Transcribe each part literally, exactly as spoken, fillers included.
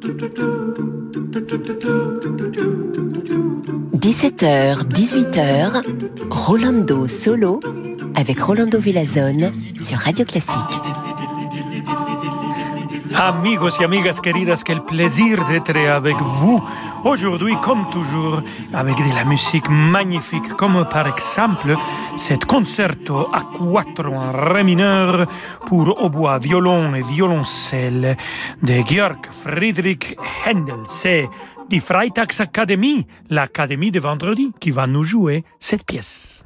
dix-sept heures, dix-huit heures, Rolando Solo avec Rolando Villazone sur Radio Classique. Amigos y amigas queridas, quel plaisir d'être avec vous. Aujourd'hui, comme toujours, avec de la musique magnifique, comme par exemple cet concerto à quattro en ré mineur pour hautbois, violon et violoncelle de Georg Friedrich Händel. C'est die Freitagsakademie, l'académie de vendredi, qui va nous jouer cette pièce.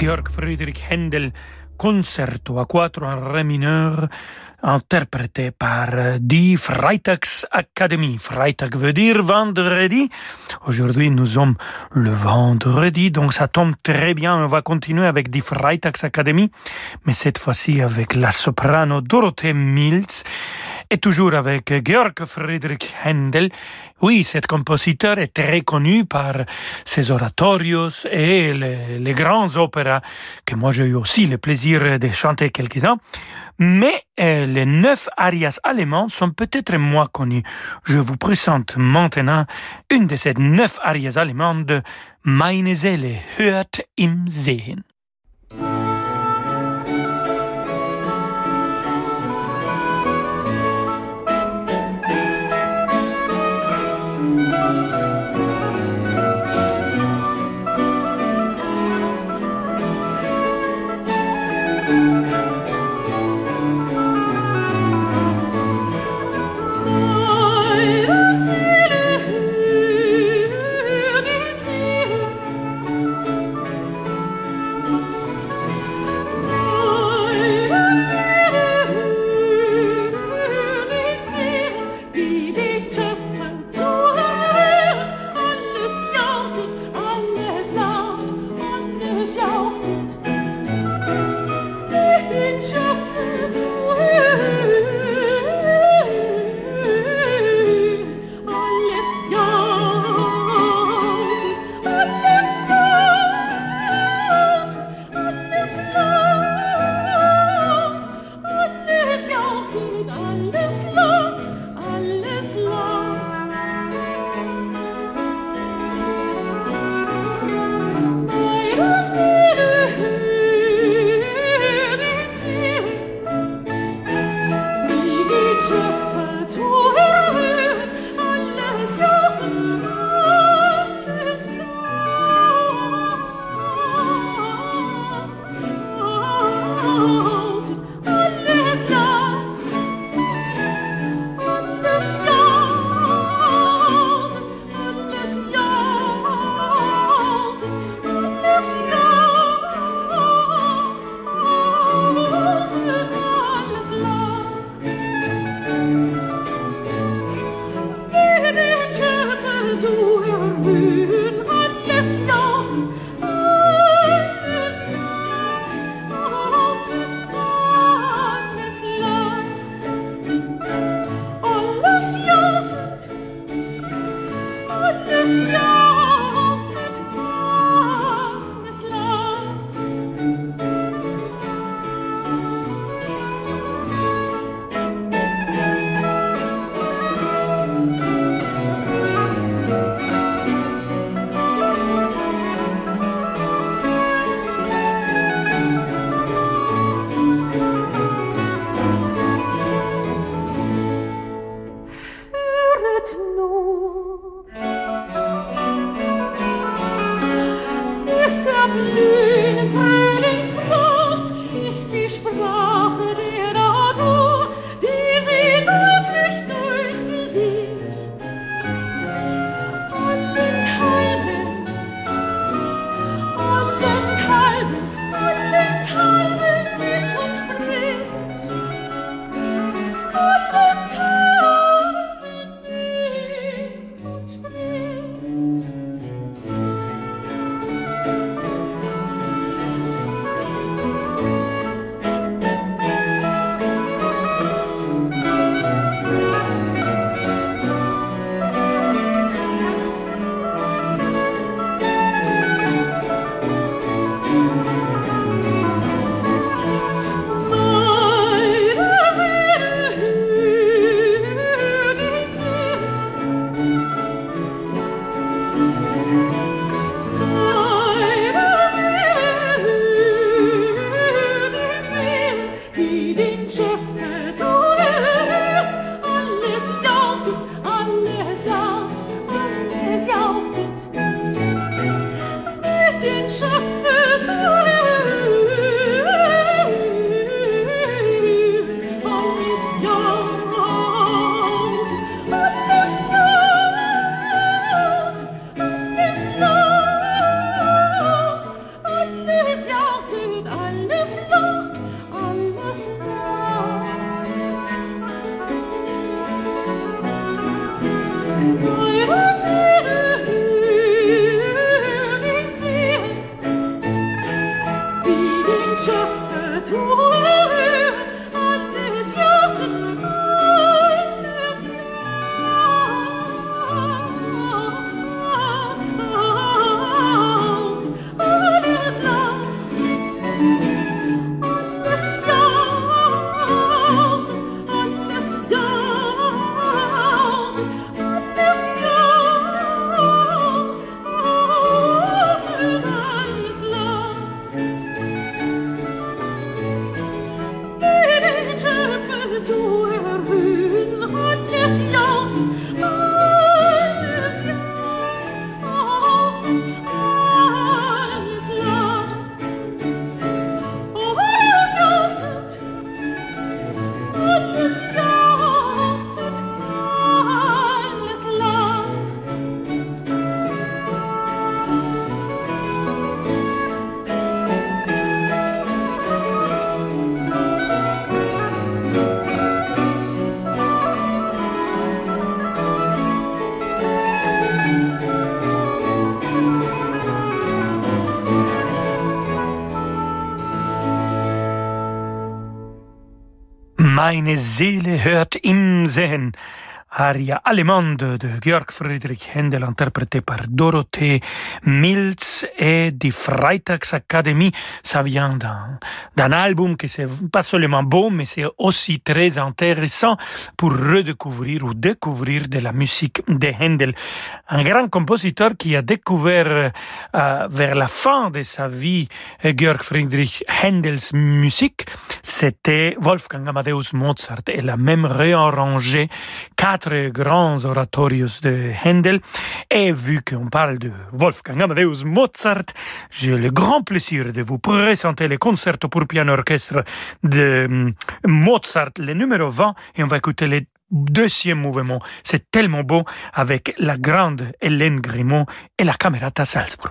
Georg Friedrich Händel, concerto à quattro en ré mineur, interprété par Die Freitagsakademie. Freitag veut dire vendredi. Aujourd'hui, nous sommes le vendredi, donc ça tombe très bien. On va continuer avec Die Freitagsakademie, mais cette fois-ci avec la soprano Dorothee Mills et toujours avec Georg Friedrich Händel. Oui, cet compositeur est très connu par ses oratorios et les, les grands opéras que moi j'ai eu aussi le plaisir de chanter quelques-uns. Mais euh, les neuf arias allemands sont peut-être moins connus. Je vous présente maintenant une de ces neuf arias allemandes, Meine Seele hört im Sehen. Meine Seele hört im Sehen. Aria allemande de Georg Friedrich Händel, interprétée par Dorothée Mills et die Freitagsakademie. Ça vient d'un, d'un album qui c'est pas seulement beau, mais c'est aussi très intéressant pour redécouvrir ou découvrir de la musique de Händel. Un grand compositeur qui a découvert euh, vers la fin de sa vie Georg Friedrich Händels musique, c'était Wolfgang Amadeus Mozart. Elle a même réarrangé quatre grands oratorios de Händel. Et vu qu'on parle de Wolfgang Amadeus Mozart, j'ai le grand plaisir de vous présenter le concerto pour piano orchestre de Mozart, le numéro vingt, et on va écouter le deuxième mouvement. C'est tellement beau avec la grande Hélène Grimaud et la Camerata Salzburg.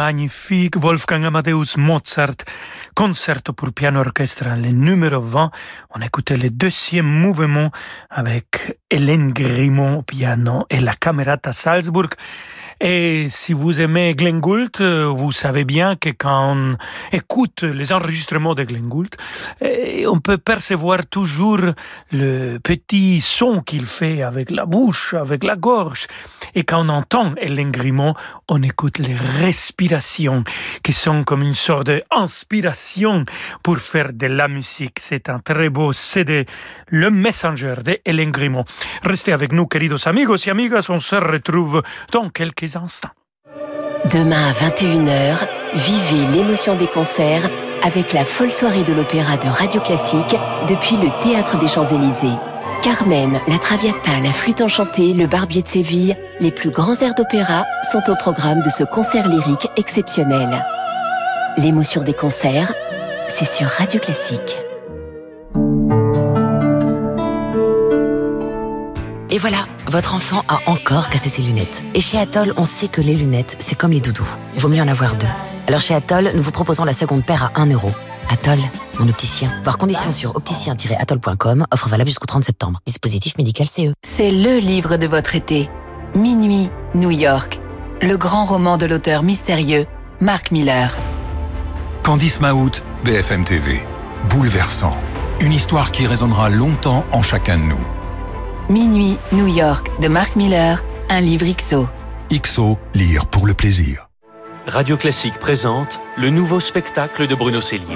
magnifique Wolfgang Amadeus Mozart, concerto pour piano orchestre, le numéro vingt. On écoutait le deuxième mouvement avec Hélène Grimaud au piano et la Camerata Salzburg. Et si vous aimez Glenn Gould, vous savez bien que quand on écoute les enregistrements de Glenn Gould, on peut percevoir toujours le petit son qu'il fait avec la bouche, avec la gorge. Et quand on entend Hélène Grimaud, on écoute les respirations qui sont comme une sorte d'inspiration pour faire de la musique. C'est un très beau C D, Le Messenger de Hélène Grimaud. Restez avec nous, queridos amigos y amigas, on se retrouve dans quelques instants. Demain à vingt et une heures, vivez l'émotion des concerts avec la folle soirée de l'opéra de Radio Classique depuis le Théâtre des Champs-Élysées. Carmen, la Traviata, la Flûte enchantée, le Barbier de Séville, les plus grands airs d'opéra sont au programme de ce concert lyrique exceptionnel. L'émotion des concerts, c'est sur Radio Classique. Et voilà, votre enfant a encore cassé ses lunettes. Et chez Atoll, on sait que les lunettes, c'est comme les doudous. Il vaut mieux en avoir deux. Alors chez Atoll, nous vous proposons la seconde paire à un euro. Atoll, mon opticien. Voir conditions sur opticien tiret atoll point com. Offre valable jusqu'au trente septembre. Dispositif médical C E. C'est le livre de votre été. Minuit, New York. Le grand roman de l'auteur mystérieux, Mark Miller. Candice Mahout, B F M T V. Bouleversant. Une histoire qui résonnera longtemps en chacun de nous. Minuit, New York, de Mark Miller, un livre X O. X O, lire pour le plaisir. Radio Classique présente le nouveau spectacle de Bruno Cellier.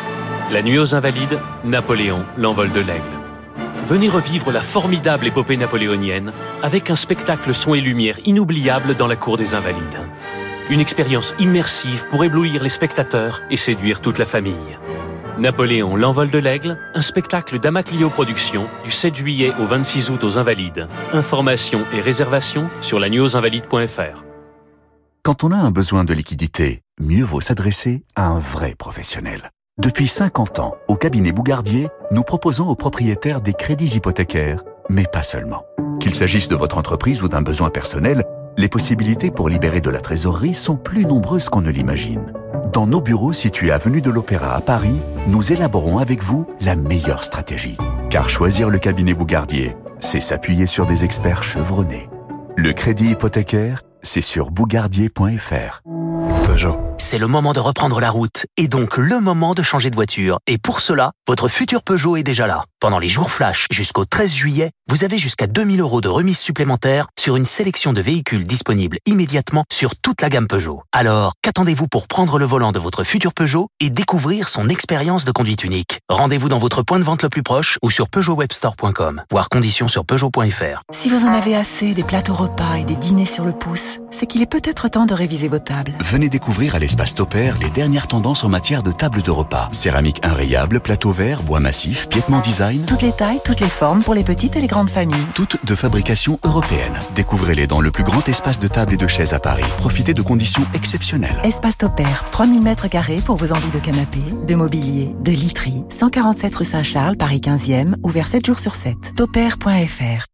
La nuit aux Invalides, Napoléon, l'envol de l'aigle. Venez revivre la formidable épopée napoléonienne avec un spectacle son et lumière inoubliable dans la cour des Invalides. Une expérience immersive pour éblouir les spectateurs et séduire toute la famille. Napoléon, l'envol de l'aigle, un spectacle d'Amaclio Productions du sept juillet au vingt-six août aux Invalides. Informations et réservations sur la nuit aux invalides point f r. Quand on a un besoin de liquidité, mieux vaut s'adresser à un vrai professionnel. Depuis cinquante ans, au cabinet Bougardier, nous proposons aux propriétaires des crédits hypothécaires, mais pas seulement. Qu'il s'agisse de votre entreprise ou d'un besoin personnel, les possibilités pour libérer de la trésorerie sont plus nombreuses qu'on ne l'imagine. Dans nos bureaux situés avenue de l'Opéra à Paris, nous élaborons avec vous la meilleure stratégie. Car choisir le cabinet Bougardier, c'est s'appuyer sur des experts chevronnés. Le crédit hypothécaire, c'est sur bougardier point f r. Peugeot. C'est le moment de reprendre la route et donc le moment de changer de voiture. Et pour cela, votre futur Peugeot est déjà là. Pendant les jours flash jusqu'au treize juillet, vous avez jusqu'à deux mille euros de remise supplémentaire sur une sélection de véhicules disponibles immédiatement sur toute la gamme Peugeot. Alors, qu'attendez-vous pour prendre le volant de votre futur Peugeot et découvrir son expérience de conduite unique? Rendez-vous dans votre point de vente le plus proche ou sur peugeot webstore point com. Voir conditions sur peugeot point f r. Si vous en avez assez des plateaux repas et des dîners sur le pouce, c'est qu'il est peut-être temps de réviser vos tables. Venez découvrir à l'espace Topair les dernières tendances en matière de table de repas. Céramique inrayable, plateau vert, bois massif, piétement design. Toutes les tailles, toutes les formes pour les petites et les grandes familles. Toutes de fabrication européenne. Découvrez-les dans le plus grand espace de table et de chaises à Paris. Profitez de conditions exceptionnelles. Espace Topair, trois mille mètres carrés pour vos envies de canapé, de mobilier, de literie. cent quarante-sept rue Saint-Charles, Paris quinzième, ouvert sept jours sur sept. topair point f r.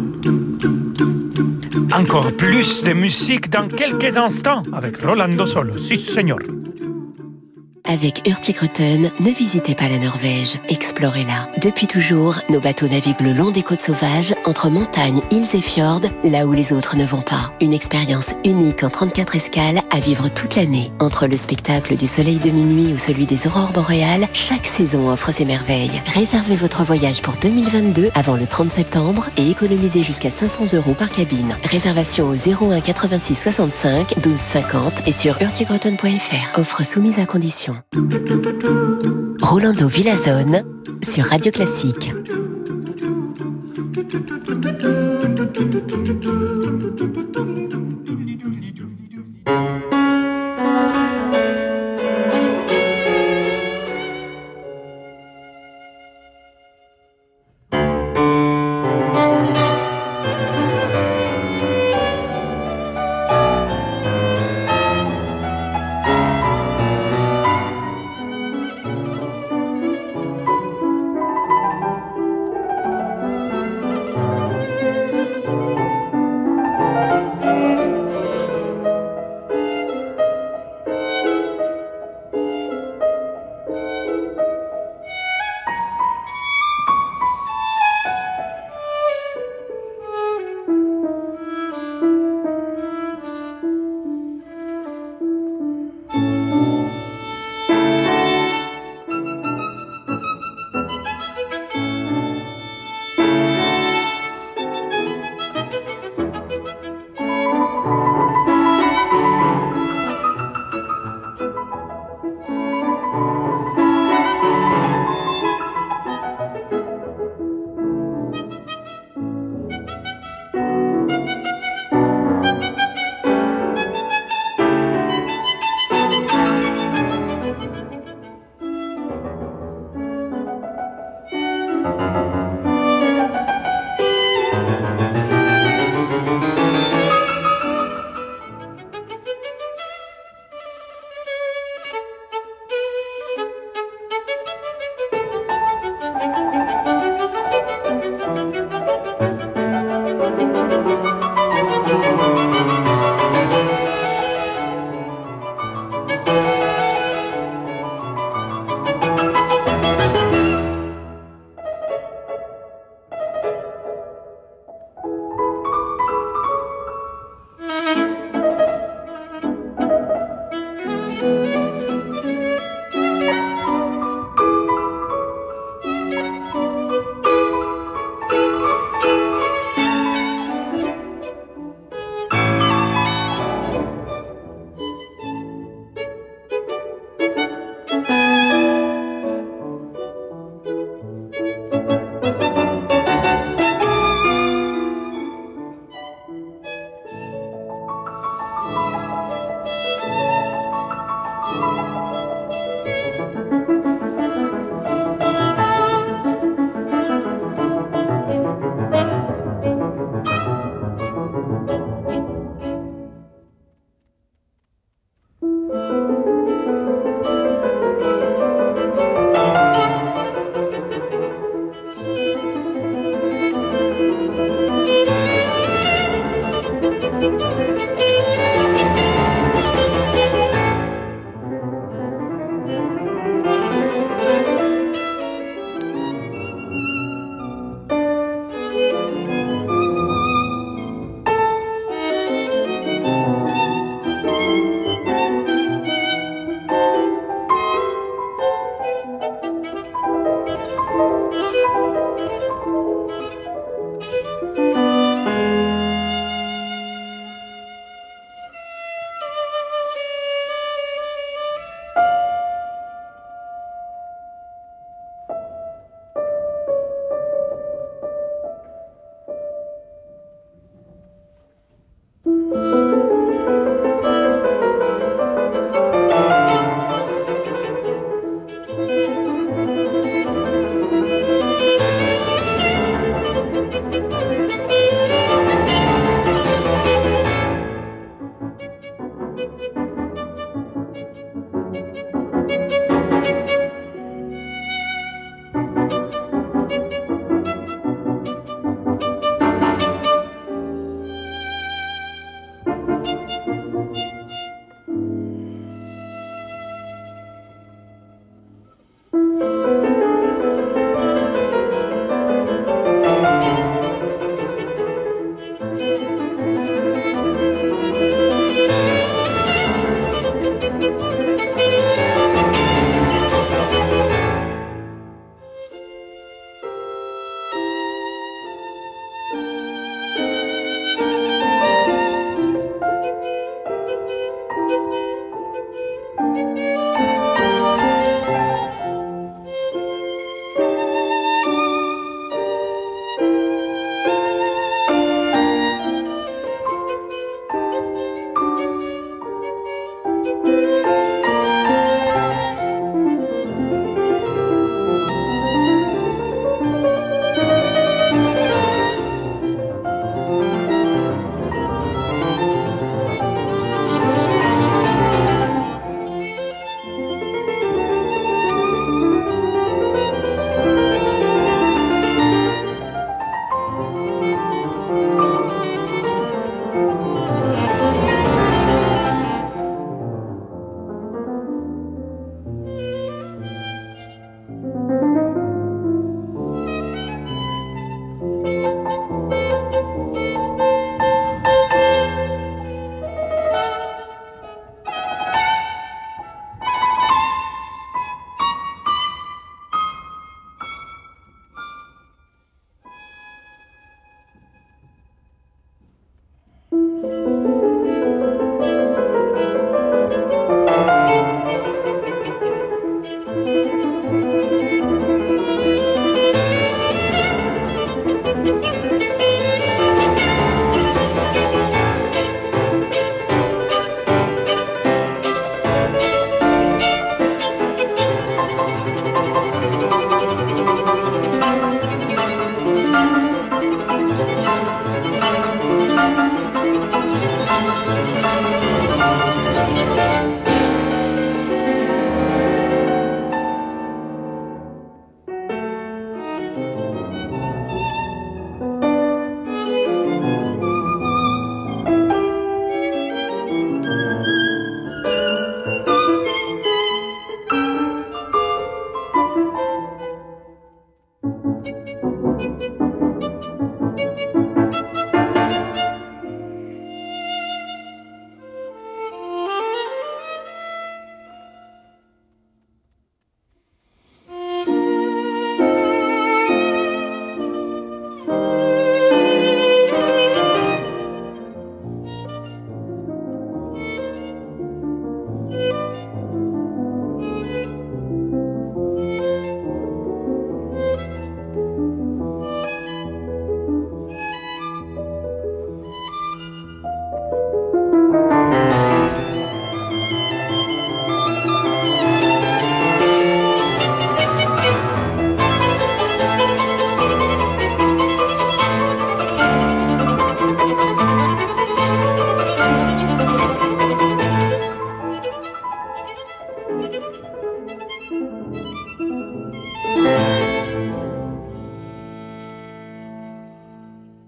Encore plus de musique dans quelques instants avec Rolando Solo. Si, señor. Avec Hurtigruten, ne visitez pas la Norvège, explorez-la. Depuis toujours, nos bateaux naviguent le long des côtes sauvages, entre montagnes, îles et fjords, là où les autres ne vont pas. Une expérience unique en trente-quatre escales à vivre toute l'année. Entre le spectacle du soleil de minuit ou celui des aurores boréales, chaque saison offre ses merveilles. Réservez votre voyage pour deux mille vingt-deux avant le trente septembre et économisez jusqu'à cinq cents euros par cabine. Réservation au zéro un quatre-vingt-six soixante-cinq douze cinquante et sur hurtigruten point f r. Offre soumise à condition. Rolando Villazone sur Radio Classique.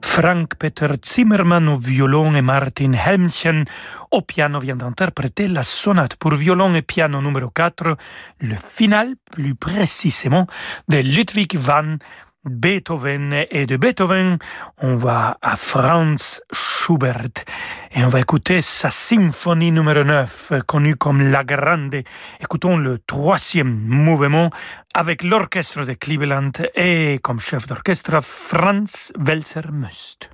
Frank Peter Zimmermann au violon et Martin Helmchen au piano vient d'interpréter la sonate pour violon et piano numéro quatre, le final plus précisément de Ludwig van Beethoven. Et de Beethoven, on va à Franz Schubert et on va écouter sa symphonie numéro neuf, connue comme La Grande. Écoutons le troisième mouvement avec l'orchestre de Cleveland et comme chef d'orchestre Franz Welser-Möst.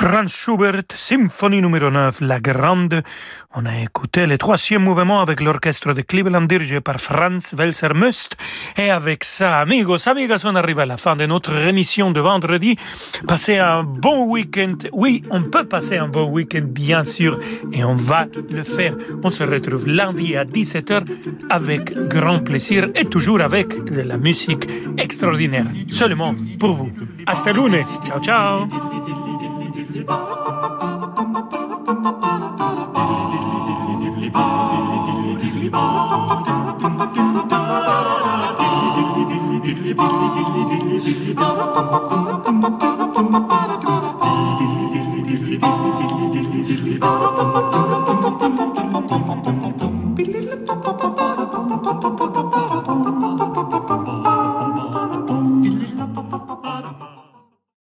Franz Schubert, symphonie numéro neuf, La Grande. On a écouté le troisième mouvement avec l'orchestre de Cleveland dirigé par Franz Welser-Möst. Et avec ça, amigos, amigas, on arrive à la fin de notre émission de vendredi. Passez un bon week-end. Oui, on peut passer un bon week-end, bien sûr, et on va le faire. On se retrouve lundi à dix-sept heures avec grand plaisir et toujours avec de la musique extraordinaire. Seulement pour vous. Hasta lunes. Ciao, ciao. Thank you.